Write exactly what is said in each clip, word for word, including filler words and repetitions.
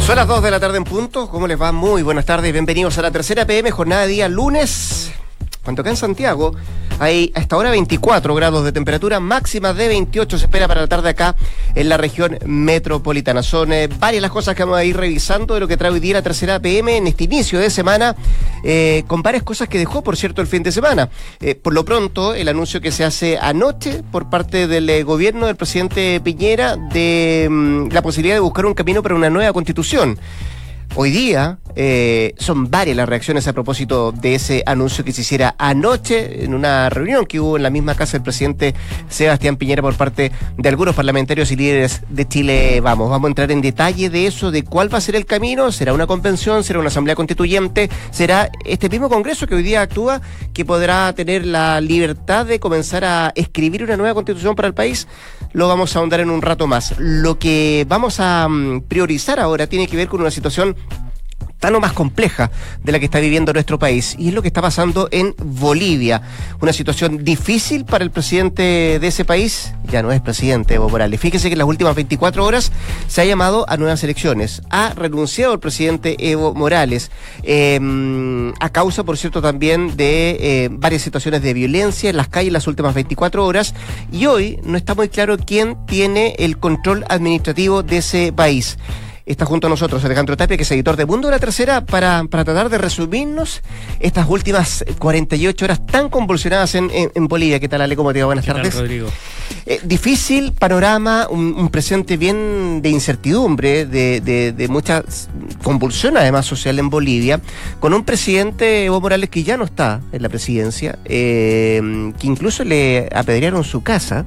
Son las dos de la tarde en punto. ¿Cómo les va? Muy buenas tardes. Bienvenidos a la tercera P M, jornada de día lunes. Cuando acá en Santiago hay hasta ahora veinticuatro grados de temperatura, máxima de veintiocho se espera para la tarde acá en la región metropolitana. Son eh, varias las cosas que vamos a ir revisando de lo que trae hoy día la tercera P M en este inicio de semana, eh, con varias cosas que dejó, por cierto, el fin de semana. Eh, por lo pronto, el anuncio que se hace anoche por parte del eh, gobierno del presidente Piñera de mm, la posibilidad de buscar un camino para una nueva constitución. Hoy día eh, son varias las reacciones a propósito de ese anuncio que se hiciera anoche en una reunión que hubo en la misma casa del presidente Sebastián Piñera por parte de algunos parlamentarios y líderes de Chile Vamos. Vamos a entrar en detalle de eso, de cuál va a ser el camino. ¿Será una convención? ¿Será una asamblea constituyente? ¿Será este mismo Congreso que hoy día actúa que podrá tener la libertad de comenzar a escribir una nueva constitución para el país? Lo vamos a ahondar en un rato más. Lo que vamos a um, priorizar ahora tiene que ver con una situación tan o más compleja de la que está viviendo nuestro país, y es lo que está pasando en Bolivia. Una situación difícil para el presidente de ese país. Ya no es presidente Evo Morales. Fíjese que en las últimas veinticuatro horas se ha llamado a nuevas elecciones. Ha renunciado el presidente Evo Morales, eh, a causa, por cierto, también de eh, varias situaciones de violencia en las calles en las últimas veinticuatro horas, y hoy no está muy claro quién tiene el control administrativo de ese país. Está junto a nosotros Alejandro Tapia, que es editor de Mundo de la Tercera, para, para tratar de resumirnos estas últimas cuarenta y ocho horas tan convulsionadas en, en, en Bolivia. ¿Qué tal, Ale? ¿Cómo te va? Buenas ¿Qué tardes. tal, Rodrigo? Eh, difícil panorama, un, un presente bien de incertidumbre, de, de, de mucha convulsión además social en Bolivia, con un presidente, Evo Morales, que ya no está en la presidencia, eh, que incluso le apedrearon su casa.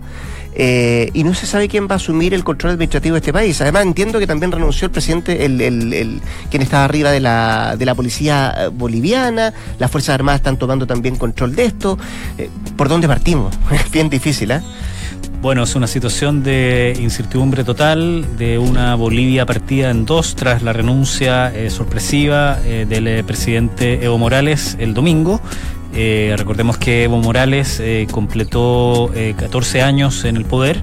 Eh, y no se sabe quién va a asumir el control administrativo de este país. Además, entiendo que también renunció el presidente, el, el, el quien estaba arriba de la, de la policía boliviana. Las Fuerzas Armadas están tomando también control de esto. Eh, ¿Por dónde partimos? Es bien difícil, ¿eh? Bueno, es una situación de incertidumbre total, de una Bolivia partida en dos tras la renuncia eh, sorpresiva eh, del eh, presidente Evo Morales el domingo. Eh, recordemos que Evo Morales eh, completó eh, catorce años en el poder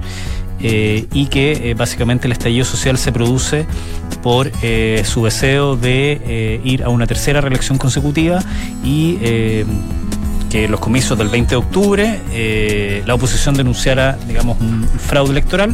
eh, y que eh, básicamente el estallido social se produce por eh, su deseo de eh, ir a una tercera reelección consecutiva y eh, que los comicios del veinte de octubre eh, la oposición denunciara, digamos, un fraude electoral,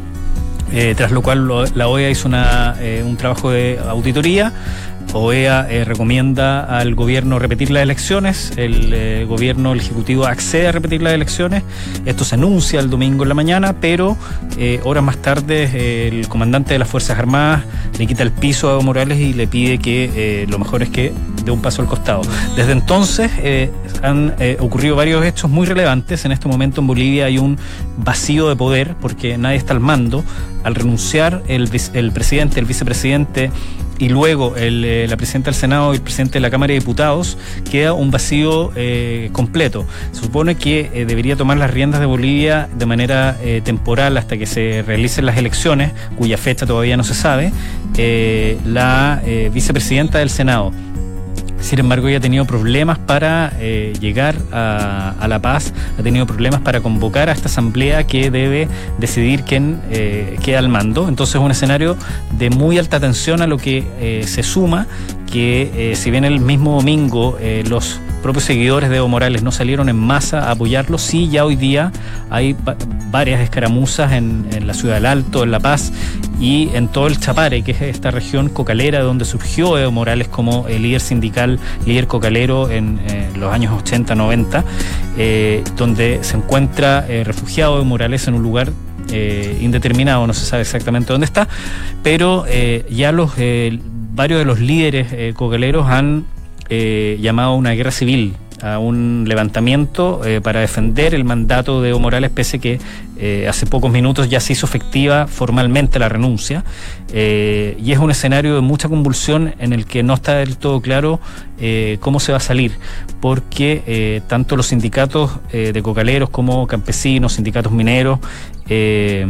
eh, tras lo cual lo, la O E A hizo una, eh, un trabajo de auditoría. O E A eh, recomienda al gobierno repetir las elecciones, el eh, gobierno, el ejecutivo accede a repetir las elecciones, esto se anuncia el domingo en la mañana, pero eh, horas más tarde eh, el comandante de las Fuerzas Armadas le quita el piso a Evo Morales y le pide que eh, lo mejor es que dé un paso al costado. Desde entonces eh, han eh, ocurrido varios hechos muy relevantes. En este momento en Bolivia hay un vacío de poder porque nadie está al mando. Al renunciar el, el presidente, el vicepresidente y luego el, eh, la presidenta del Senado y el presidente de la Cámara de Diputados, queda un vacío eh, completo. Se supone que eh, debería tomar las riendas de Bolivia de manera eh, temporal hasta que se realicen las elecciones, cuya fecha todavía no se sabe, eh, la eh, vicepresidenta del Senado. Sin embargo, ella ha tenido problemas para eh, llegar a, a La Paz, ha tenido problemas para convocar a esta asamblea que debe decidir quién eh, queda al mando. Entonces es un escenario de muy alta tensión, a lo que eh, se suma que eh, si bien el mismo domingo eh, los propios seguidores de Evo Morales no salieron en masa a apoyarlo, sí ya hoy día hay va- varias escaramuzas en, en la Ciudad del Alto, en La Paz y en todo el Chapare, que es esta región cocalera donde surgió Evo Morales como el líder sindical, líder cocalero en eh, los años ochenta, noventa, eh, donde se encuentra eh, refugiado Evo Morales en un lugar eh, indeterminado, no se sabe exactamente dónde está, pero eh, ya los eh, varios de los líderes eh, cocaleros han eh, llamado a una guerra civil, a un levantamiento eh, para defender el mandato de Evo Morales, pese que eh, hace pocos minutos ya se hizo efectiva formalmente la renuncia, eh, y es un escenario de mucha convulsión en el que no está del todo claro eh, cómo se va a salir, porque eh, tanto los sindicatos eh, de cocaleros como campesinos, sindicatos mineros eh,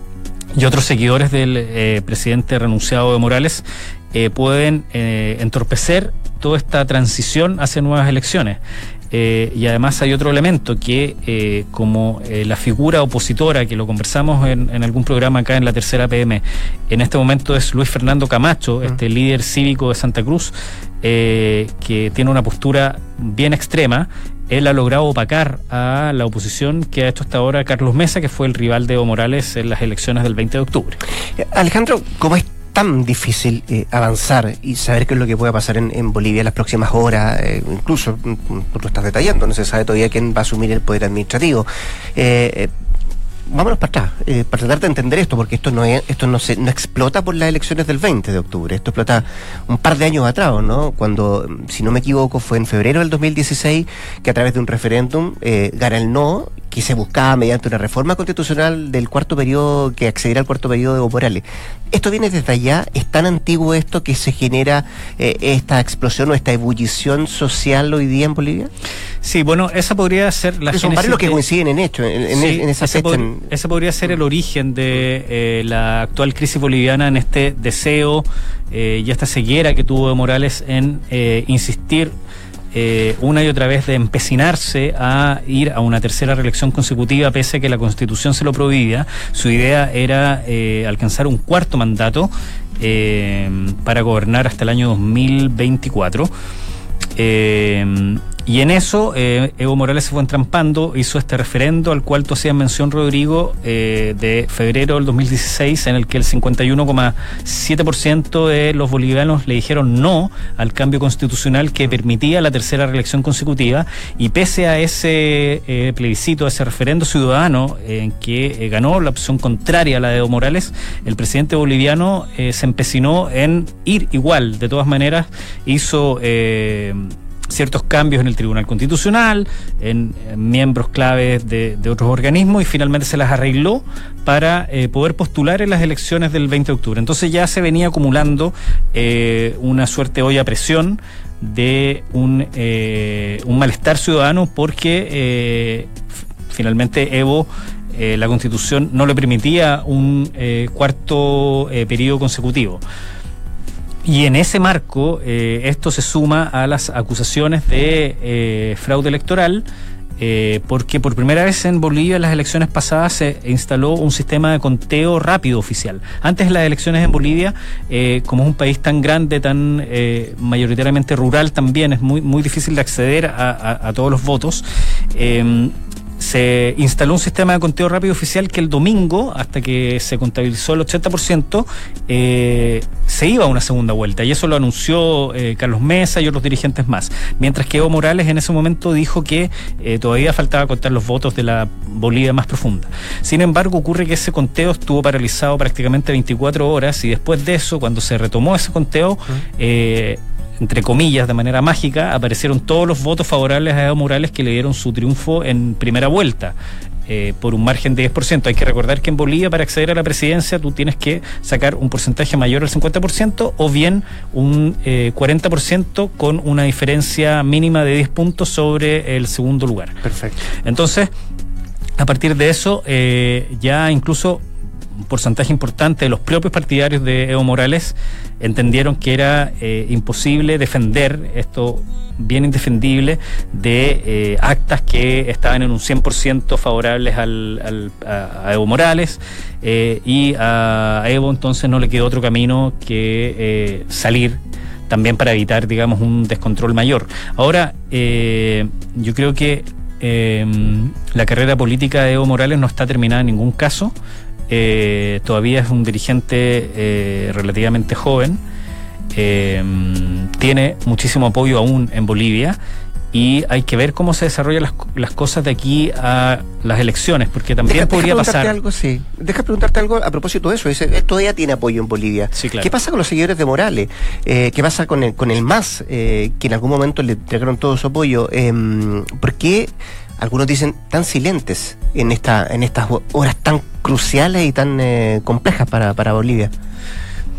y otros seguidores del eh, presidente renunciado Evo Morales eh, pueden eh, entorpecer toda esta transición hacia nuevas elecciones. Eh, y además hay otro elemento que, eh, como eh, la figura opositora, que lo conversamos en, en algún programa acá en la tercera P M, en este momento es Luis Fernando Camacho, uh-huh. este líder cívico de Santa Cruz, eh, que tiene una postura bien extrema. Él ha logrado opacar a la oposición que ha hecho hasta ahora Carlos Mesa, que fue el rival de Evo Morales en las elecciones del veinte de octubre. Alejandro, ¿cómo es tan difícil eh, avanzar y saber qué es lo que pueda pasar en, en Bolivia en las próximas horas? Eh, incluso, tú lo estás detallando, no se sabe todavía quién va a asumir el poder administrativo. Eh, eh, vámonos para atrás, eh, para tratar de entender esto, porque esto no es, esto no se no explota por las elecciones del veinte de octubre, esto explota un par de años atrás, ¿no? Cuando, si no me equivoco, fue en febrero del dos mil dieciséis que a través de un referéndum eh, gana el no, que se buscaba mediante una reforma constitucional del cuarto periodo, que accediera al cuarto periodo de Evo Morales. ¿Esto viene desde allá? ¿Es tan antiguo esto que se genera eh, esta explosión o esta ebullición social hoy día en Bolivia? Sí, bueno, esa podría ser la génesis. Son varios los que coinciden en hecho, en, en, sí, en esa fecha. Pod- en... Ese podría ser el origen de eh, la actual crisis boliviana, en este deseo eh, y esta ceguera que tuvo Evo Morales en eh, insistir Eh, una y otra vez de empecinarse a ir a una tercera reelección consecutiva, pese a que la Constitución se lo prohibía. Su idea era eh, alcanzar un cuarto mandato eh, para gobernar hasta el año dos mil veinticuatro. Eh, y en eso eh, Evo Morales se fue entrampando, hizo este referendo al cual tú hacías mención, Rodrigo, eh, de febrero del dos mil dieciséis, en el que el cincuenta y uno coma siete por ciento de los bolivianos le dijeron no al cambio constitucional que permitía la tercera reelección consecutiva. Y pese a ese eh, plebiscito, a ese referendo ciudadano en eh, que eh, ganó la opción contraria a la de Evo Morales, el presidente boliviano eh, se empecinó en ir igual. De todas maneras, hizo eh, ciertos cambios en el Tribunal Constitucional, en, en miembros claves de, de otros organismos, y finalmente se las arregló para eh, poder postular en las elecciones del veinte de octubre. Entonces ya se venía acumulando eh, una suerte de olla a presión de un, eh, un malestar ciudadano, porque eh, f- finalmente Evo, eh, la Constitución no le permitía un eh, cuarto eh, periodo consecutivo. Y en ese marco, eh, esto se suma a las acusaciones de eh, fraude electoral, eh, porque por primera vez en Bolivia en las elecciones pasadas se instaló un sistema de conteo rápido oficial. Antes las elecciones en Bolivia, eh, como es un país tan grande, tan eh, mayoritariamente rural también, es muy, muy difícil de acceder a, a, a todos los votos. Eh, Se instaló un sistema de conteo rápido oficial que el domingo, hasta que se contabilizó el ochenta por ciento, eh, se iba a una segunda vuelta, y eso lo anunció eh, Carlos Mesa y otros dirigentes más. Mientras que Evo Morales en ese momento dijo que eh, todavía faltaba contar los votos de la Bolivia más profunda. Sin embargo, ocurre que ese conteo estuvo paralizado prácticamente veinticuatro horas, y después de eso, cuando se retomó ese conteo, eh, entre comillas, de manera mágica, aparecieron todos los votos favorables a Evo Morales, que le dieron su triunfo en primera vuelta, eh, por un margen de diez por ciento. Hay que recordar que en Bolivia, para acceder a la presidencia, tú tienes que sacar un porcentaje mayor al cincuenta por ciento, o bien un eh, cuarenta por ciento, con una diferencia mínima de diez puntos sobre el segundo lugar. Perfecto. Entonces, a partir de eso, eh, ya incluso un porcentaje importante de los propios partidarios de Evo Morales entendieron que era eh, imposible defender esto, bien indefendible, de eh, actas que estaban en un cien por ciento favorables al, al, a, a Evo Morales, eh, y a Evo entonces no le quedó otro camino que eh, salir, también para evitar, digamos, un descontrol mayor. Ahora, eh, yo creo que eh, la carrera política de Evo Morales no está terminada en ningún caso. Eh, todavía es un dirigente eh, relativamente joven, eh, tiene muchísimo apoyo aún en Bolivia, y hay que ver cómo se desarrollan las, las cosas de aquí a las elecciones, porque también deja, podría deja pasar algo, sí. Deja preguntarte algo a propósito de eso. Dice, todavía tiene apoyo en Bolivia. Sí, claro. ¿Qué pasa con los seguidores de Morales? Eh, ¿Qué pasa con el, con el M A S, eh, que en algún momento le entregaron todo su apoyo? Eh, ¿Por qué algunos dicen tan silentes en esta en estas horas tan cruciales y tan eh, complejas para, para Bolivia?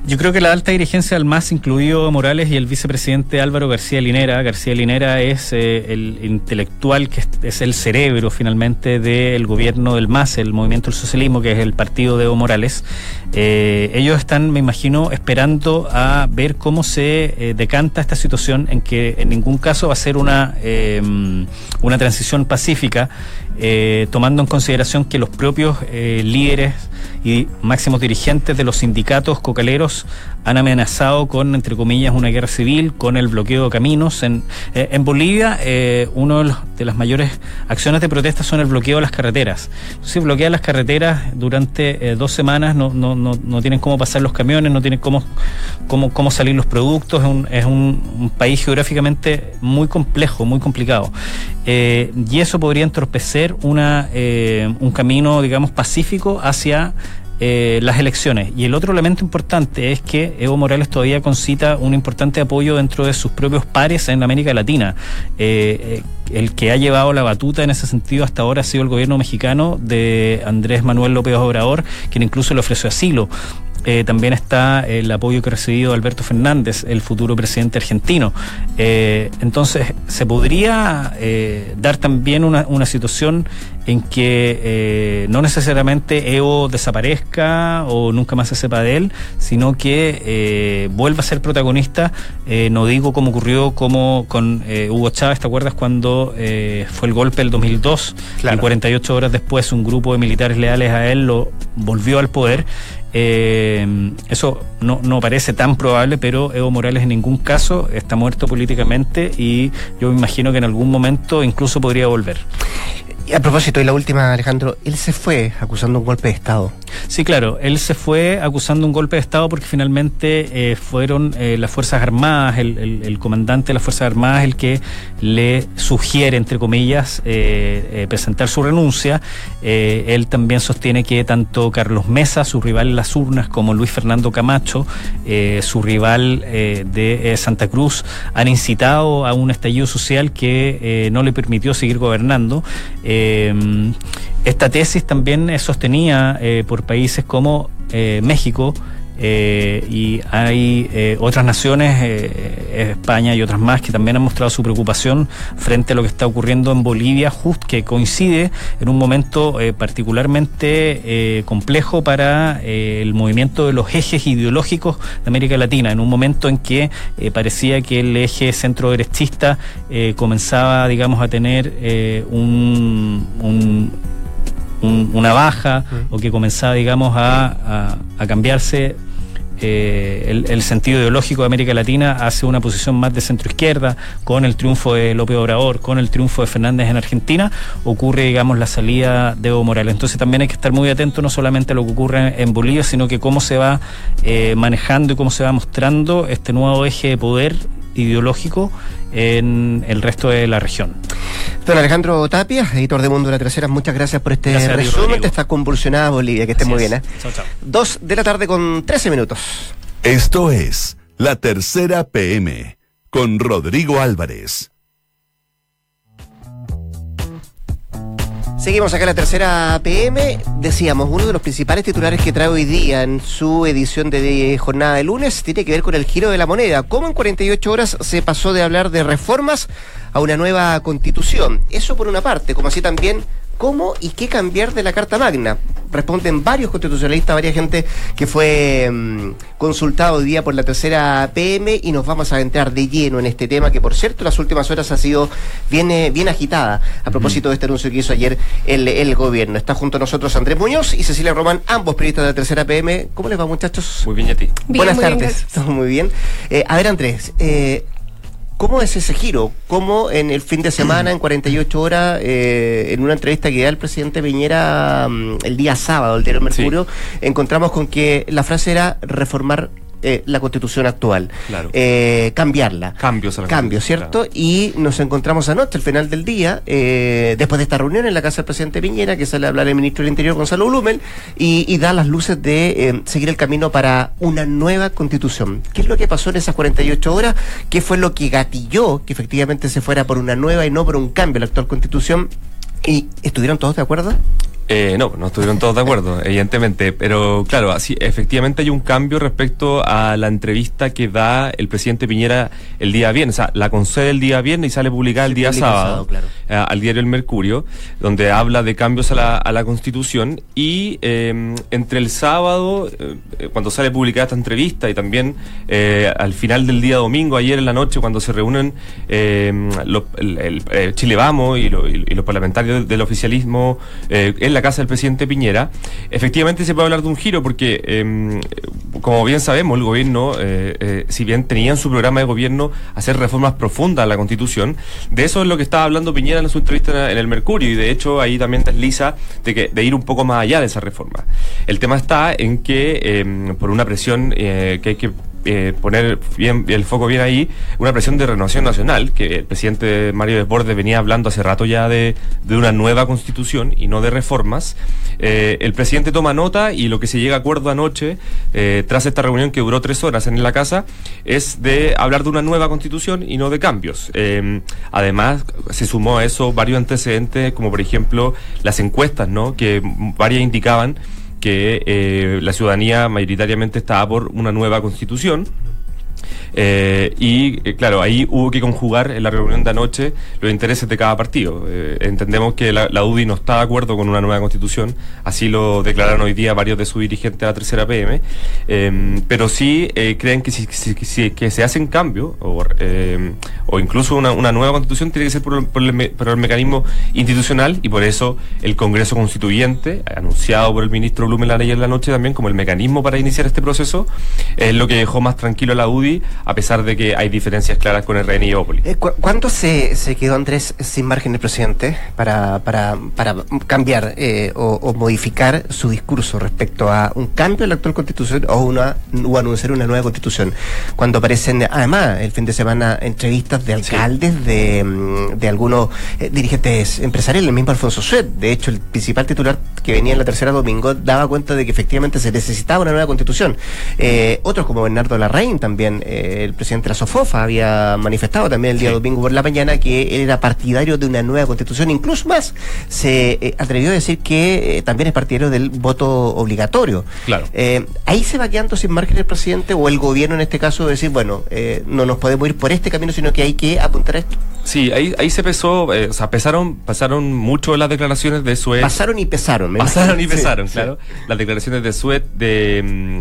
Yo creo que la alta dirigencia del M A S, incluido Morales y el vicepresidente Álvaro García Linera, García Linera es eh, el intelectual, que es, es el cerebro finalmente del gobierno del M A S, el Movimiento del Socialismo, que es el partido de Evo Morales. Eh, ellos están, me imagino, esperando a ver cómo se eh, decanta esta situación, en que en ningún caso va a ser una, eh, una transición pacífica, eh, tomando en consideración que los propios eh, líderes y máximos dirigentes de los sindicatos cocaleros han amenazado con, entre comillas, una guerra civil, con el bloqueo de caminos. En, eh, en Bolivia, eh, una de, los, de las mayores acciones de protesta son el bloqueo de las carreteras. Si bloquean las carreteras durante eh, dos semanas, no, no, no, no tienen cómo pasar los camiones, no tienen cómo, cómo, cómo salir los productos. Es un, es un, un país geográficamente muy complejo, muy complicado. Eh, y eso podría entorpecer una, eh, un camino, digamos, pacífico hacia Eh, las elecciones. Y el otro elemento importante es que Evo Morales todavía concita un importante apoyo dentro de sus propios pares en América Latina. Eh, eh, el que ha llevado la batuta en ese sentido hasta ahora ha sido el gobierno mexicano de Andrés Manuel López Obrador, quien incluso le ofreció asilo. Eh, también está el apoyo que ha recibido Alberto Fernández, el futuro presidente argentino. Eh, entonces, se podría eh, dar también una, una situación en que eh, no necesariamente Evo desaparezca o nunca más se sepa de él, sino que eh, vuelva a ser protagonista. Eh, no digo como ocurrió como con eh, Hugo Chávez, ¿te acuerdas cuando eh, fue el golpe del dos mil dos? Claro. Y cuarenta y ocho horas después un grupo de militares leales a él lo volvió al poder. Eh, eso no, no parece tan probable, pero Evo Morales en ningún caso está muerto políticamente y yo me imagino que en algún momento incluso podría volver. Y a propósito, y la última, Alejandro, él se fue acusando un golpe de Estado. Sí, claro, él se fue acusando un golpe de Estado porque finalmente eh, fueron eh, las Fuerzas Armadas, el, el, el comandante de las Fuerzas Armadas el que le sugiere, entre comillas, eh, eh, presentar su renuncia. Eh, él también sostiene que tanto Carlos Mesa, su rival en las urnas, como Luis Fernando Camacho, eh, su rival eh, de eh, Santa Cruz, han incitado a un estallido social que eh, no le permitió seguir gobernando. Eh, esta tesis también es sostenida eh, por países como eh, México eh, y hay eh, otras naciones, eh, España y otras más, que también han mostrado su preocupación frente a lo que está ocurriendo en Bolivia, justo que coincide en un momento eh, particularmente eh, complejo para eh, el movimiento de los ejes ideológicos de América Latina, en un momento en que eh, parecía que el eje centro-derechista eh, comenzaba, digamos, a tener eh, un, un Un, una baja, mm. o que comenzaba, digamos, a, a, a cambiarse eh, el, el sentido ideológico de América Latina hacia una posición más de centro-izquierda, con el triunfo de López Obrador, con el triunfo de Fernández en Argentina, ocurre, digamos, la salida de Evo Morales. Entonces también hay que estar muy atento no solamente a lo que ocurre en Bolivia, sino que cómo se va eh, manejando y cómo se va mostrando este nuevo eje de poder ideológico en el resto de la región. Don Alejandro Tapia, editor de Mundo de la Tercera, muchas gracias por este gracias resumen de esta convulsionada Bolivia. Que esté muy bien, ¿eh? Chao, chao. Dos de la tarde con trece minutos. Esto es La Tercera P M con Rodrigo Álvarez. Seguimos acá en La Tercera P M. Decíamos, uno de los principales titulares que trae hoy día en su edición de jornada de lunes tiene que ver con el giro de la moneda. Cómo en cuarenta y ocho horas se pasó de hablar de reformas a una nueva constitución. Eso por una parte, como así también cómo y qué cambiar de la Carta Magna. Responden varios constitucionalistas, varias gente que fue mmm, consultado hoy día por La Tercera P M, y nos vamos a entrar de lleno en este tema que, por cierto, las últimas horas ha sido bien, eh, bien agitada a propósito uh-huh. de este anuncio que hizo ayer el, el gobierno. Está junto a nosotros Andrés Muñoz y Cecilia Román, ambos periodistas de La Tercera P M. ¿Cómo les va, muchachos? Muy bien, ¿y a ti? Bien, Buenas tardes, bien, estamos muy bien. Eh, a ver, Andrés, eh, ¿cómo es ese giro? ¿Cómo en el fin de semana, en cuarenta y ocho horas, eh, en una entrevista que da el presidente Piñera um, el día sábado, el diario Mercurio, sí. encontramos con que la frase era reformar eh, la Constitución actual, claro. eh, cambiarla. Cambios a la Cambios, ¿cierto? Claro. Y nos encontramos anoche, al final del día, eh, después de esta reunión en la casa del presidente Piñera, que sale a hablar el ministro del Interior, Gonzalo Blumel, y, y da las luces de eh, seguir el camino para una nueva Constitución. ¿Qué es lo que pasó en esas cuarenta y ocho horas? ¿Qué fue lo que gatilló que efectivamente se fuera por una nueva y no por un cambio la actual Constitución? ¿Y estuvieron todos de acuerdo? Eh, no, no estuvieron todos de acuerdo, evidentemente, pero claro, así efectivamente hay un cambio respecto a la entrevista que da el presidente Piñera el día viernes, o sea, la concede el día viernes y sale publicada el día sábado, sábado claro. eh, al diario El Mercurio, donde habla de cambios a la, a la Constitución, y eh, entre el sábado, eh, cuando sale publicada esta entrevista, y también eh, al final del día domingo, ayer en la noche, cuando se reúnen eh, los, el, el, el Chile Vamos y, lo, y los parlamentarios del, del oficialismo eh, en la casa del presidente Piñera, efectivamente se puede hablar de un giro porque, eh, como bien sabemos, el gobierno, eh, eh, si bien tenía en su programa de gobierno hacer reformas profundas a la Constitución, de eso es lo que estaba hablando Piñera en su entrevista en El Mercurio, y de hecho ahí también desliza de, que, de ir un poco más allá de esa reforma. El tema está en que, eh, por una presión eh, que hay que Eh, poner bien el foco bien ahí, una presión de renovación nacional, que el presidente Mario Desbordes venía hablando hace rato ya de, de una nueva constitución y no de reformas. Eh, el presidente toma nota, y lo que se llega a acuerdo anoche, eh, tras esta reunión que duró tres horas en la casa, es de hablar de una nueva constitución y no de cambios. Eh, además, se sumó a eso varios antecedentes, como por ejemplo las encuestas, ¿no?, que varias indicaban que eh, la ciudadanía mayoritariamente estaba por una nueva constitución. Eh, y eh, claro, ahí hubo que conjugar en la reunión de anoche los intereses de cada partido. Eh, entendemos que la, la U D I no está de acuerdo con una nueva constitución, así lo declararon hoy día varios de sus dirigentes a la tercera P M, eh, pero sí eh, creen que si, si, si que se hacen cambios o, eh, o incluso una, una nueva constitución tiene que ser por, por, el, por el mecanismo institucional, y por eso el Congreso Constituyente, anunciado por el ministro Blumenthal ayer en la noche también como el mecanismo para iniciar este proceso, es lo que dejó más tranquilo a la U D I, a pesar de que hay diferencias claras con R N y Opoli. Eh, ¿cu ¿Cuánto se, se quedó Andrés sin margen el presidente para, para, para cambiar eh, o, o modificar su discurso respecto a un cambio en la actual constitución o, una, o anunciar una nueva constitución? Cuando aparecen, además, el fin de semana, entrevistas de alcaldes, sí. de, de algunos eh, dirigentes empresariales, el mismo Alfonso Suet. De hecho, el principal titular que venía en la tercera domingo daba cuenta de que efectivamente se necesitaba una nueva constitución. Eh, otros como Bernardo Larraín también, eh, el presidente de la SOFOFA había manifestado también el día sí. domingo por la mañana que él era partidario de una nueva constitución, incluso más se eh, atrevió a decir que eh, también es partidario del voto obligatorio. Claro. Eh, ahí se va quedando sin margen el presidente o el gobierno en este caso de decir, bueno, eh, no nos podemos ir por este camino, sino que hay que apuntar a esto. Sí, ahí, ahí se pesó, eh, o sea, pesaron, pasaron mucho las declaraciones de Suet. Pasaron y pesaron. Me Pasaron imagino. y pesaron, sí, claro. Sí. Las declaraciones de Suet, de...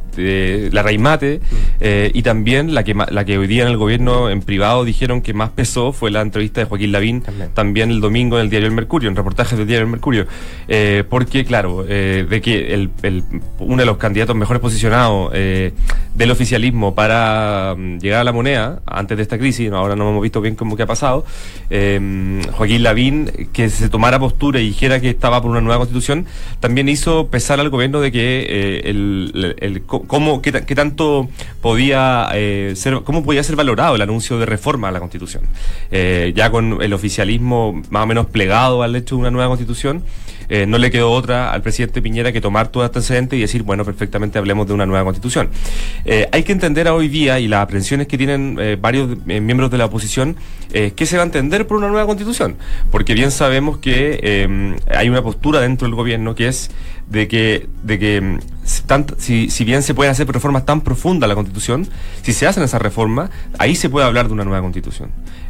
de Larraín Mate, mm. eh, y también la que la que hoy día en el gobierno en privado dijeron que más pesó fue la entrevista de Joaquín Lavín, también, también el domingo en el diario El Mercurio, en reportajes del diario El Mercurio, eh, porque claro, eh, de que el, el, uno de los candidatos mejores posicionados eh, del oficialismo para um, llegar a la moneda antes de esta crisis, ¿no? Ahora no hemos visto bien cómo que ha pasado, eh, Joaquín Lavín, que se tomara postura y dijera que estaba por una nueva constitución, también hizo pesar al gobierno de que eh, el, el, el cómo, qué, qué tanto podía eh, ser, cómo podía ser valorado el anuncio de reforma a la Constitución. Eh, ya con el oficialismo más o menos plegado al hecho de una nueva Constitución, eh, no le quedó otra al presidente Piñera que tomar todo este antecedente y decir, bueno, perfectamente hablemos de una nueva Constitución. Eh, hay que entender a hoy día, y las aprensiones que tienen eh, varios eh, miembros de la oposición, eh, qué se va a entender por una nueva Constitución, porque bien sabemos que eh, hay una postura dentro del gobierno que es de que, de que tanto, si, si bien se pueden hacer reformas tan profundas a la Constitución, si se hacen esas reformas, ahí se puede hablar de una nueva Constitución.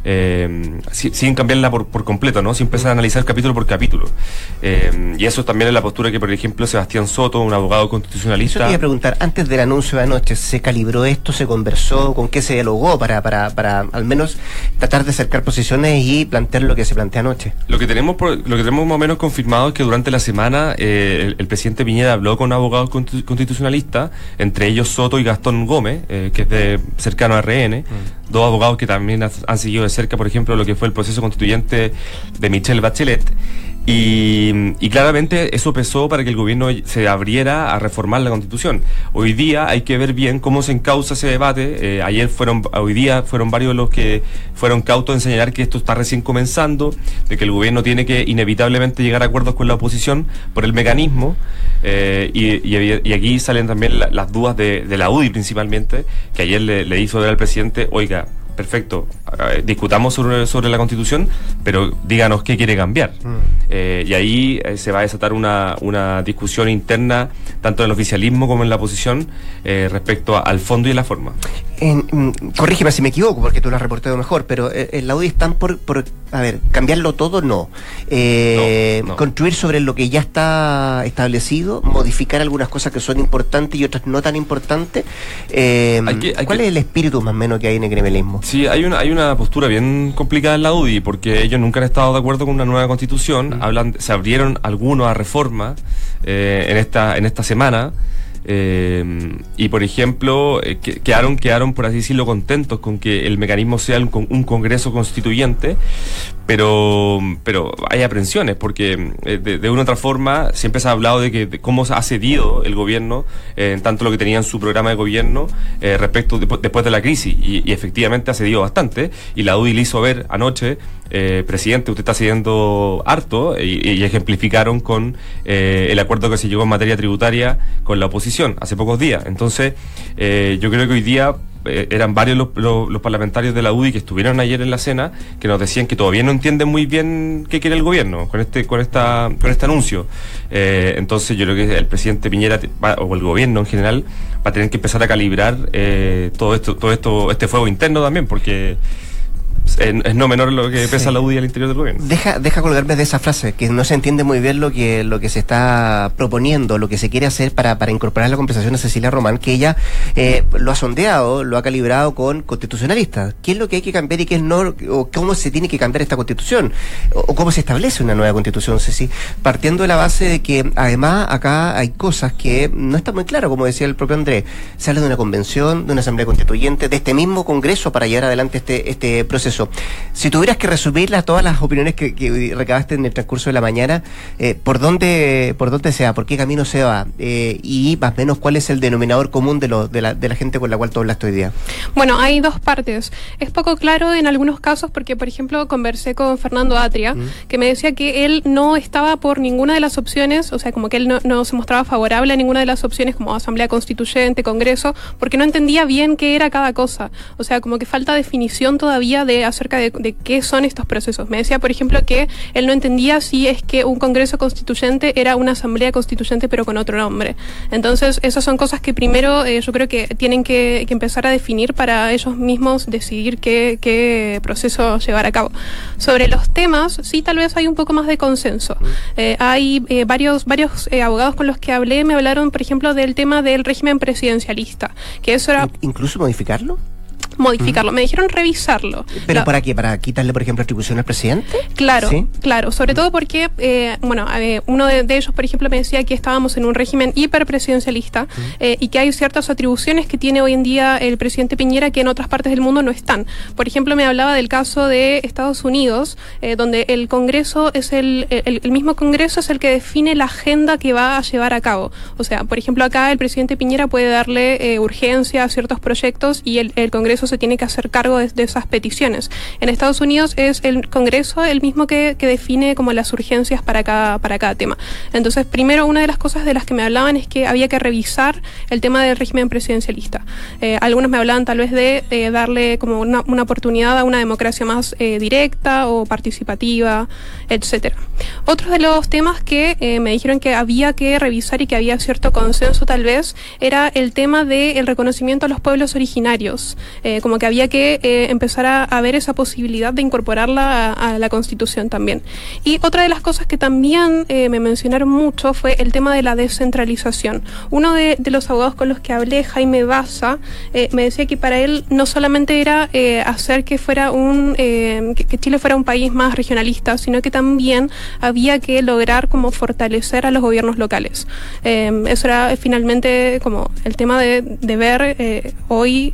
Eh, sin, sin cambiarla por, por completo, ¿no? Sin empezar a analizar capítulo por capítulo. Eh, y eso también es la postura que, por ejemplo, Sebastián Soto, un abogado constitucionalista... Yo quería preguntar, antes del anuncio de anoche, ¿se calibró esto, se conversó, con qué se dialogó para, para, para al menos tratar de acercar posiciones y plantear lo que se plantea anoche? Lo que tenemos, por, lo que tenemos más o menos confirmado es que durante la semana eh, el, el presidente Piñera habló con abogados constitucionalistas, entre ellos Soto y Gastón Gómez, eh, que es de cercano a R N, mm. dos abogados que también han seguido de cerca, por ejemplo, lo que fue el proceso constituyente de Michelle Bachelet. Y, y claramente eso pesó para que el gobierno se abriera a reformar la Constitución. Hoy día hay que ver bien cómo se encauza ese debate. Eh, ayer fueron, hoy día fueron varios los que fueron cautos en señalar que esto está recién comenzando, de que el gobierno tiene que inevitablemente llegar a acuerdos con la oposición por el mecanismo. Eh, y, y, y aquí salen también la, las dudas de, de la U D I principalmente, que ayer le, le hizo ver al presidente, oiga, perfecto, eh, discutamos sobre, sobre la Constitución, pero díganos qué quiere cambiar. Mm. Eh, y ahí eh, se va a desatar una, una discusión interna, tanto en el oficialismo como en la oposición, eh, respecto a, al fondo y la forma. En, mm, corrígeme si me equivoco, porque tú lo has reportado mejor, pero eh, en la U D I están por, por, a ver, cambiarlo todo, no. Eh, no, no. Construir sobre lo que ya está establecido, modificar algunas cosas que son importantes y otras no tan importantes. Eh, hay que, hay ¿Cuál que... es el espíritu más o menos que hay en el gremialismo? Sí, hay una, hay una postura bien complicada en la U D I, porque ellos nunca han estado de acuerdo con una nueva constitución. Mm. Hablan, se abrieron algunos a reforma eh, en esta, en esta semana. Eh, y por ejemplo eh, que, quedaron, quedaron por así decirlo contentos con que el mecanismo sea un, un congreso constituyente, pero pero hay aprensiones porque eh, de, de una u otra forma siempre se ha hablado de que de cómo ha cedido el gobierno eh, en tanto lo que tenía en su programa de gobierno eh, respecto de, después de la crisis y, y efectivamente ha cedido bastante y la U D I le hizo ver anoche eh, presidente, usted está cediendo harto y, y ejemplificaron con eh, el acuerdo que se llegó en materia tributaria con la oposición hace pocos días. Entonces, eh, yo creo que hoy día eh, eran varios los, los, los parlamentarios de la U D I que estuvieron ayer en la cena que nos decían que todavía no entienden muy bien qué quiere el gobierno con este con esta con este anuncio. Eh, entonces, yo creo que el presidente Piñera va, o el gobierno en general va a tener que empezar a calibrar eh, todo esto, todo esto, este fuego interno también, porque es no menor lo que pesa sí. la U D I al interior del gobierno. Deja, deja colgarme de esa frase, que no se entiende muy bien lo que, lo que se está proponiendo, lo que se quiere hacer para, para incorporar la conversación a Cecilia Román, que ella eh, lo ha sondeado, lo ha calibrado con constitucionalistas. ¿Qué es lo que hay que cambiar y qué es no? O cómo se tiene que cambiar esta constitución, o, o cómo se establece una nueva constitución, Ceci, partiendo de la base de que además acá hay cosas que no están muy claras, como decía el propio Andrés. Se habla de una convención, de una asamblea constituyente, de este mismo congreso para llevar adelante este, este proceso. Si tuvieras que resumirlas todas las opiniones que, que recabaste en el transcurso de la mañana, eh, ¿por dónde por dónde se va? ¿Por qué camino se va? Eh, y más o menos, ¿cuál es el denominador común de, lo, de, la, de la gente con la cual tú hablaste hoy día? Bueno, hay dos partes. Es poco claro en algunos casos porque, por ejemplo, conversé con Fernando Atria, mm. que me decía que él no estaba por ninguna de las opciones, o sea, como que él no, no se mostraba favorable a ninguna de las opciones como asamblea constituyente, congreso, porque no entendía bien qué era cada cosa. O sea, como que falta definición todavía de acerca de, de qué son estos procesos. Me decía, por ejemplo, que él no entendía si es que un congreso constituyente era una asamblea constituyente pero con otro nombre. Entonces, esas son cosas que primero eh, yo creo que tienen que, que empezar a definir para ellos mismos decidir qué, qué proceso llevar a cabo. Sobre los temas, sí, tal vez hay un poco más de consenso. Eh, hay eh, varios, varios eh, abogados con los que hablé, me hablaron, por ejemplo, del tema del régimen presidencialista, que eso era... ¿Incluso modificarlo? modificarlo, me dijeron revisarlo. ¿Pero la, para qué? ¿Para quitarle, por ejemplo, atribución al presidente? Claro, ¿Sí? claro, sobre todo porque, eh, bueno, eh, uno de, de ellos, por ejemplo, me decía que estábamos en un régimen hiperpresidencialista uh-huh. eh, y que hay ciertas atribuciones que tiene hoy en día el presidente Piñera que en otras partes del mundo no están. Por ejemplo, me hablaba del caso de Estados Unidos, eh, donde el Congreso es el, el, el mismo Congreso es el que define la agenda que va a llevar a cabo. O sea, por ejemplo, acá el presidente Piñera puede darle eh, urgencia a ciertos proyectos y el, el Congreso se tiene que hacer cargo de, de esas peticiones. En Estados Unidos es el Congreso el mismo que, que define como las urgencias para cada, para cada tema. Entonces, primero, una de las cosas de las que me hablaban es que había que revisar el tema del régimen presidencialista. Eh, algunos me hablaban tal vez de eh, darle como una, una oportunidad a una democracia más eh, directa o participativa, etcétera. Otros de los temas que eh, me dijeron que había que revisar y que había cierto consenso tal vez era el tema del reconocimiento a los pueblos originarios. Eh, como que había que eh, empezar a, a ver esa posibilidad de incorporarla a, a la Constitución también. Y otra de las cosas que también eh, me mencionaron mucho fue el tema de la descentralización. Uno de, de los abogados con los que hablé, Jaime Baza, eh, me decía que para él no solamente era eh, hacer que fuera un eh, que, que Chile fuera un país más regionalista, sino que también había que lograr como fortalecer a los gobiernos locales. Eh, eso era eh, finalmente como el tema de, de ver eh, hoy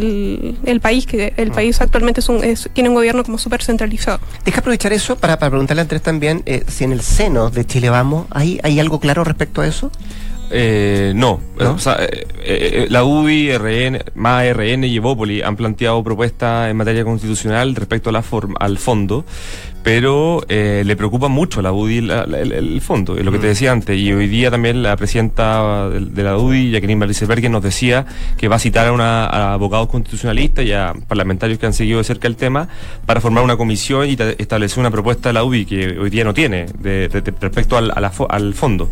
el el país, que el país actualmente es un, es, tiene un gobierno como súper centralizado. Deja aprovechar eso para, para preguntarle a Andrés también, eh, si en el seno de Chile Vamos, ¿hay, ¿hay algo claro respecto a eso? Eh, no, ¿No? O sea, eh, eh, la U D I, R N, más R N y Evópoli han planteado propuestas en materia constitucional respecto a la forma, al fondo, pero eh, le preocupa mucho a la U D I la, la, el, el fondo, es lo que te decía antes, y hoy día también la presidenta de, de la U D I, Jacqueline Van Rysselberghe, nos decía que va a citar a, una, a abogados constitucionalistas y a parlamentarios que han seguido de cerca el tema para formar una comisión y te, establecer una propuesta de la U D I que hoy día no tiene de, de, de, respecto al, a la, al fondo.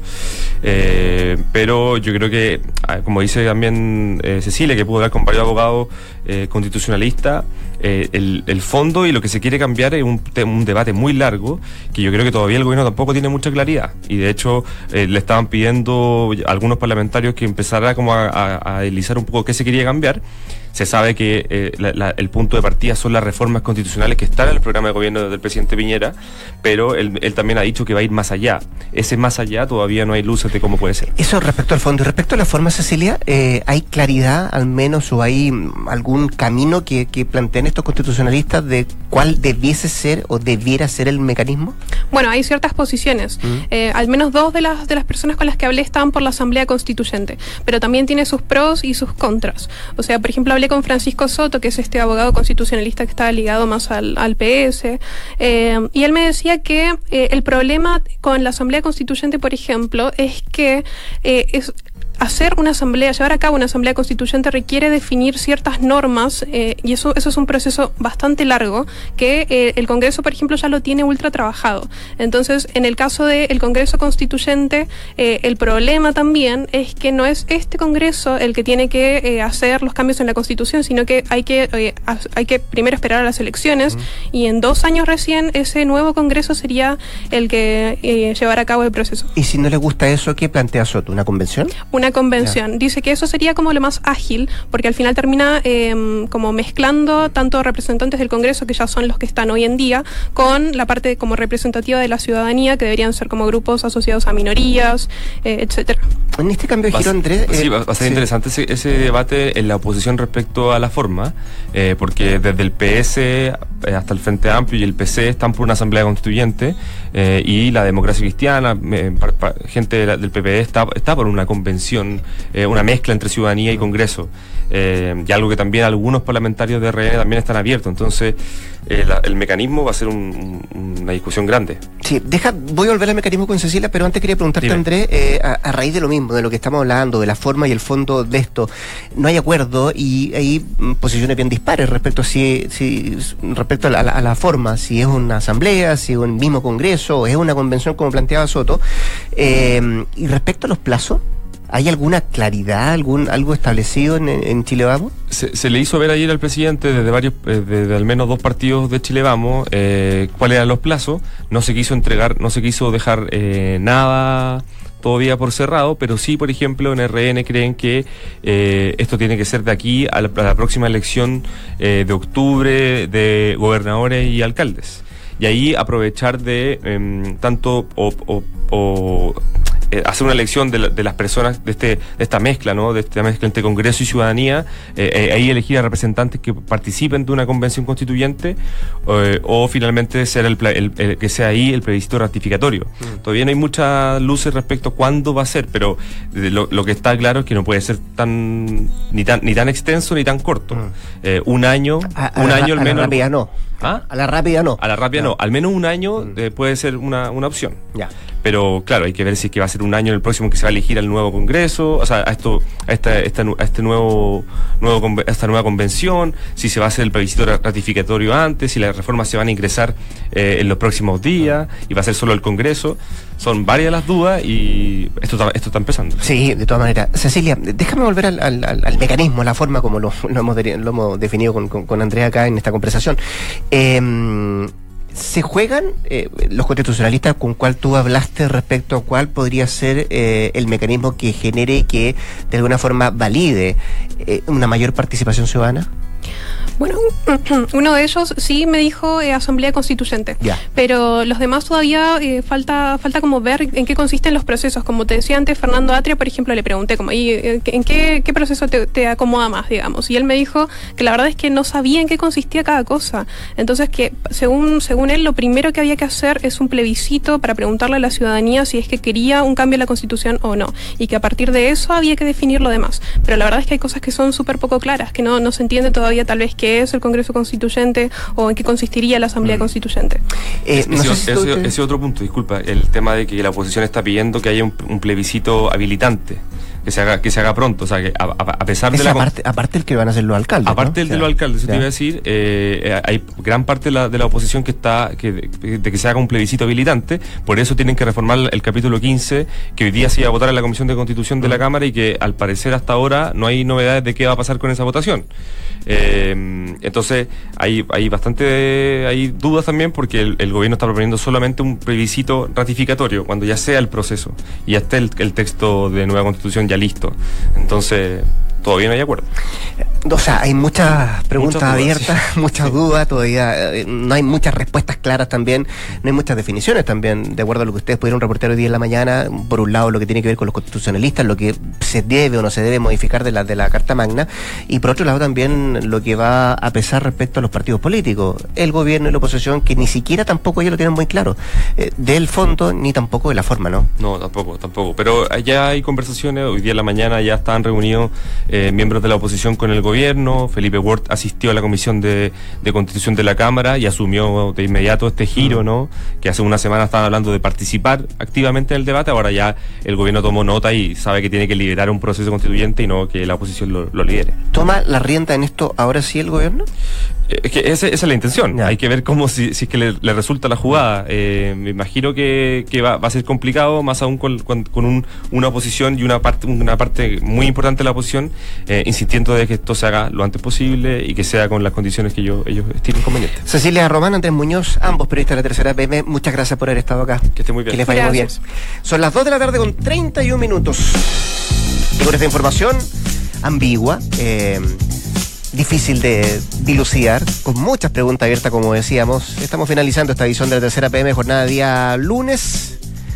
Eh, pero yo creo que, como dice también eh, Cecilia, que pudo hablar con varios abogados eh, constitucionalistas, eh, el, el fondo y lo que se quiere cambiar es un, un debate muy largo que yo creo que todavía el gobierno tampoco tiene mucha claridad, y de hecho eh, le estaban pidiendo a algunos parlamentarios que empezara como a, a, a deslizar un poco qué se quería cambiar. Se sabe que eh, la, la, el punto de partida son las reformas constitucionales que están en el programa de gobierno del presidente Piñera, pero él, él también ha dicho que va a ir más allá. Ese más allá todavía no hay luces de cómo puede ser. Eso respecto al fondo. Y respecto a la forma, Cecilia, eh, ¿hay claridad al menos o hay algún camino que, que planteen estos constitucionalistas de cuál debiese ser o debiera ser el mecanismo? Bueno, hay ciertas posiciones. Mm. Eh, al menos dos de las, de las personas con las que hablé estaban por la Asamblea Constituyente, pero también tiene sus pros y sus contras. O sea, por ejemplo, hablé con Francisco Soto, que es este abogado constitucionalista que está ligado más al, al P S, eh, y él me decía que eh, el problema con la Asamblea Constituyente, por ejemplo, es que eh, es hacer una asamblea, llevar a cabo una asamblea constituyente requiere definir ciertas normas, eh, y eso eso es un proceso bastante largo que eh, el Congreso, por ejemplo, ya lo tiene ultra trabajado. Entonces, en el caso del Congreso Constituyente, eh, el problema también es que no es este Congreso el que tiene que eh, hacer los cambios en la Constitución, sino que hay que eh, hay que primero esperar a las elecciones, uh-huh. y en dos años recién ese nuevo Congreso sería el que eh, llevará a cabo el proceso. ¿Y si no le gusta eso, qué plantea Soto? ¿Una convención? Una convención. Yeah. Dice que eso sería como lo más ágil, porque al final termina eh, como mezclando tanto representantes del Congreso, que ya son los que están hoy en día, con la parte como representativa de la ciudadanía, que deberían ser como grupos asociados a minorías, eh, etcétera. En este cambio de giro, Andrés... Eh, sí, va, va a ser sí. interesante ese, ese debate en la oposición respecto a la forma, eh, porque desde el P S hasta el Frente Amplio y el P C están por una asamblea constituyente, eh, y la Democracia Cristiana, eh, pa, pa, gente de la, del P P D está, está por una convención, eh, una mezcla entre ciudadanía y Congreso, eh, y algo que también algunos parlamentarios de R N también están abiertos. Entonces eh, la, el mecanismo va a ser un, un, una discusión grande. Sí, deja, voy a volver al mecanismo con Cecilia, pero antes quería preguntarte, Dime. Andrés, eh, a, a raíz de lo mismo, de lo que estamos hablando, de la forma y el fondo de esto, no hay acuerdo y hay posiciones bien dispares respecto a si, si respecto a la, a la forma, si es una asamblea, si es un mismo Congreso, o es una convención como planteaba Soto, eh, y respecto a los plazos, ¿hay alguna claridad, algún algo establecido en, en Chile Vamos? Se, se le hizo ver ayer al presidente desde varios, eh, desde al menos dos partidos de Chile Vamos, eh, cuáles eran los plazos. No se quiso entregar, no se quiso dejar eh, nada todavía por cerrado, pero sí, por ejemplo, en R N creen que eh, esto tiene que ser de aquí a la, a la próxima elección eh, de octubre de gobernadores y alcaldes. Y ahí aprovechar de eh, tanto o, o, o eh, hacer una elección de, la, de las personas de este de esta mezcla, ¿no? De esta mezcla entre Congreso y ciudadanía, eh, eh, ahí elegir a representantes que participen de una convención constituyente, eh, o finalmente ser el, el, el que sea ahí el plebiscito ratificatorio. Mm. Todavía no hay muchas luces respecto a cuándo va a ser, pero lo, lo que está claro es que no puede ser tan ni tan ni tan extenso ni tan corto. Mm. Eh, un año, a, un a año la, al menos. A la rápida no. ¿Ah? A la rápida no. A la rápida no. no. Al menos un año mm. eh, puede ser una, una opción. Ya. Pero claro, hay que ver si es que va a ser un año en el próximo que se va a elegir al nuevo Congreso, o sea, a esto, a esta, esta, a este nuevo, nuevo, a esta nueva convención, si se va a hacer el plebiscito ratificatorio antes, si las reformas se van a ingresar eh, en los próximos días, y va a ser solo el Congreso. Son varias las dudas y esto está, esto está empezando. Sí, de todas maneras. Cecilia, déjame volver al, al, al mecanismo, la forma como lo, lo, hemos, lo hemos definido con, con, con Andrea acá en esta conversación. Eh, ¿Se juegan eh, los constitucionalistas con cuál tú hablaste respecto a cuál podría ser eh, el mecanismo que genere y que de alguna forma valide eh, una mayor participación ciudadana? Bueno, uno de ellos sí me dijo eh, Asamblea Constituyente, Ya. pero los demás todavía eh, falta falta como ver en qué consisten los procesos. Como te decía antes, Fernando Atria, por ejemplo, le pregunté como, ¿y, eh, en qué, qué proceso te, te acomoda más, digamos? Y él me dijo que la verdad es que no sabía en qué consistía cada cosa. Entonces que según, según él, lo primero que había que hacer es un plebiscito para preguntarle a la ciudadanía si es que quería un cambio en la Constitución o no, y que a partir de eso había que definir lo demás. Pero la verdad es que hay cosas que son súper poco claras, que no, no se entiende todavía tal vez qué es el Congreso Constituyente o en qué consistiría la Asamblea mm. Constituyente. Eh, no ese, sé si ese, te... ese otro punto, disculpa, el tema de que la oposición está pidiendo que haya un, un plebiscito habilitante, que se haga que se haga pronto, o sea, que a, a, a pesar de la... Aparte, aparte el que van a ser los alcaldes, Aparte ¿no? el de los alcaldes, eso te iba a decir, eh, hay gran parte de la, de la oposición que está, que, de, de que se haga un plebiscito habilitante, por eso tienen que reformar el capítulo quince, que hoy día se iba a votar en la Comisión de Constitución de la Cámara y que al parecer hasta ahora no hay novedades de qué va a pasar con esa votación. Eh, entonces hay, hay bastante hay dudas también porque el, el gobierno está proponiendo solamente un plebiscito ratificatorio cuando ya sea el proceso y ya esté el, el texto de nueva constitución ya listo. Entonces todavía no hay acuerdo. O sea, hay muchas preguntas muchas dudas, abiertas, sí. muchas sí. dudas, todavía eh, no hay muchas respuestas claras también, no hay muchas definiciones también, de acuerdo a lo que ustedes pudieron reportar hoy día en la mañana, por un lado lo que tiene que ver con los constitucionalistas, lo que se debe o no se debe modificar de la, de la Carta Magna, y por otro lado también lo que va a pesar respecto a los partidos políticos, el gobierno y la oposición, que ni siquiera tampoco ellos lo tienen muy claro, eh, del fondo ni tampoco de la forma, ¿no? No, tampoco, tampoco, pero ya hay conversaciones, hoy día en la mañana ya están reunidos eh, miembros de la oposición con el gobierno. Felipe Ward asistió a la Comisión de, de Constitución de la Cámara y asumió de inmediato este giro, ¿no? Que hace una semana estaban hablando de participar activamente en el debate, ahora ya el gobierno tomó nota y sabe que tiene que liderar un proceso constituyente y no que la oposición lo, lo lidere. ¿Toma la rienda en esto ahora sí el gobierno? Es que esa, esa es la intención. Ya. Hay que ver cómo si, si es que le, le resulta la jugada. Eh, me imagino que, que va, va a ser complicado, más aún con, con, con un, una oposición y una parte una parte muy importante de la oposición eh, insistiendo de que esto se haga lo antes posible y que sea con las condiciones que ellos, ellos estimen convenientes. Cecilia Román, Andrés Muñoz, ambos periodistas de la Tercera P M, muchas gracias por haber estado acá. Que esté muy bien. Que les vaya muy bien. Son las dos de la tarde con treinta y un minutos. Y con esta información ambigua, eh, difícil de dilucidar, con muchas preguntas abiertas, como decíamos. Estamos finalizando esta edición de la Tercera P M, jornada día lunes.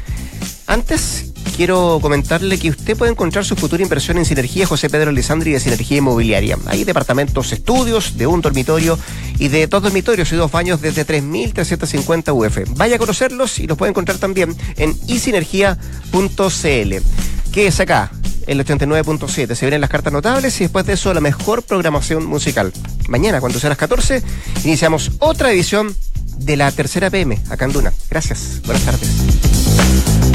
Antes, quiero comentarle que usted puede encontrar su futura inversión en Sinergia José Pedro Lisandri de Sinergia Inmobiliaria. Hay departamentos, estudios de un dormitorio y de dos dormitorios y dos baños desde tres mil trescientos cincuenta U F. Vaya a conocerlos y los puede encontrar también en i sinergia punto c l. Quédese acá, el ochenta y nueve punto siete. Se vienen las cartas notables y después de eso la mejor programación musical. Mañana, cuando sean las catorce, iniciamos otra edición de la Tercera P M acá en Duna. Gracias, buenas tardes.